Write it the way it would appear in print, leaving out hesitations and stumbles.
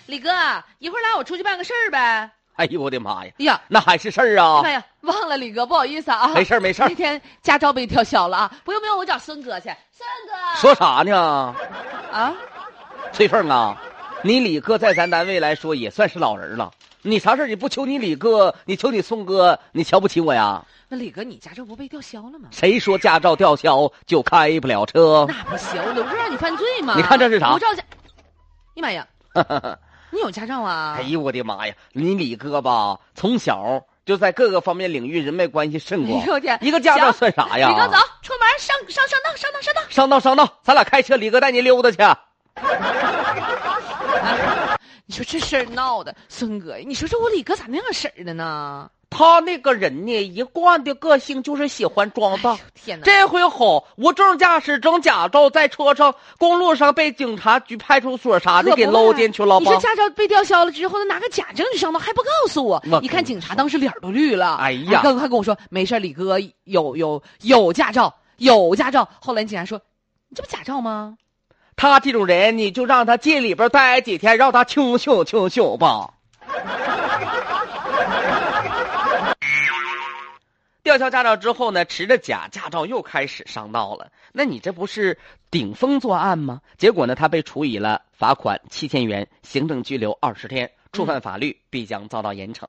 李哥，一会儿拉我出去办个事儿呗。 哎呦我的妈呀！ 哎呀， 那还是事儿啊！ 哎呀，忘了李哥，不好意思啊。 没事没事。 那天驾照被吊销了啊！不用，我找孙哥去。孙哥， 说啥呢？ 啊， 翠凤啊，你李哥在咱单位来说也算是老人了，你啥事你不求你李哥，你求你宋哥，你瞧不起我呀？ 那李哥，你驾照不被吊销了吗？ 谁说驾照吊销就开不了车？ 那不行，我不是让你犯罪吗？ 你看这是啥？ 无照驾，哎妈呀！你有驾照啊？ 哎呦我的妈呀！你李哥吧，从小就在各个方面领域人脉关系甚广。 哎呦我天！ 一个驾照算啥呀？ 李哥走，出门上道。 咱俩开车，李哥带你溜达去。 你说这事儿闹的，孙哥，你说这我李哥咋那样式儿的呢？ 他那个人呢，一贯的个性就是喜欢装大。 天哪！ 这回好，无证驾驶证驾照在车上，公路上被警察局、派出所啥的给搂进去了吧？ 你说驾照被吊销了之后，拿个假证就上道，还不告诉我？你看警察当时脸都绿了。 哎呀， 刚还跟我说没事，李哥有驾照，后来警察说，你这不假照吗？ 他这种人，你就让他进里边待几天，让他清醒吧。吊销驾照之后呢，持着假驾照又开始上道了。那你这不是顶风作案吗？结果呢，他被处以了罚款7000元、行政拘留20天，触犯法律必将遭到严惩。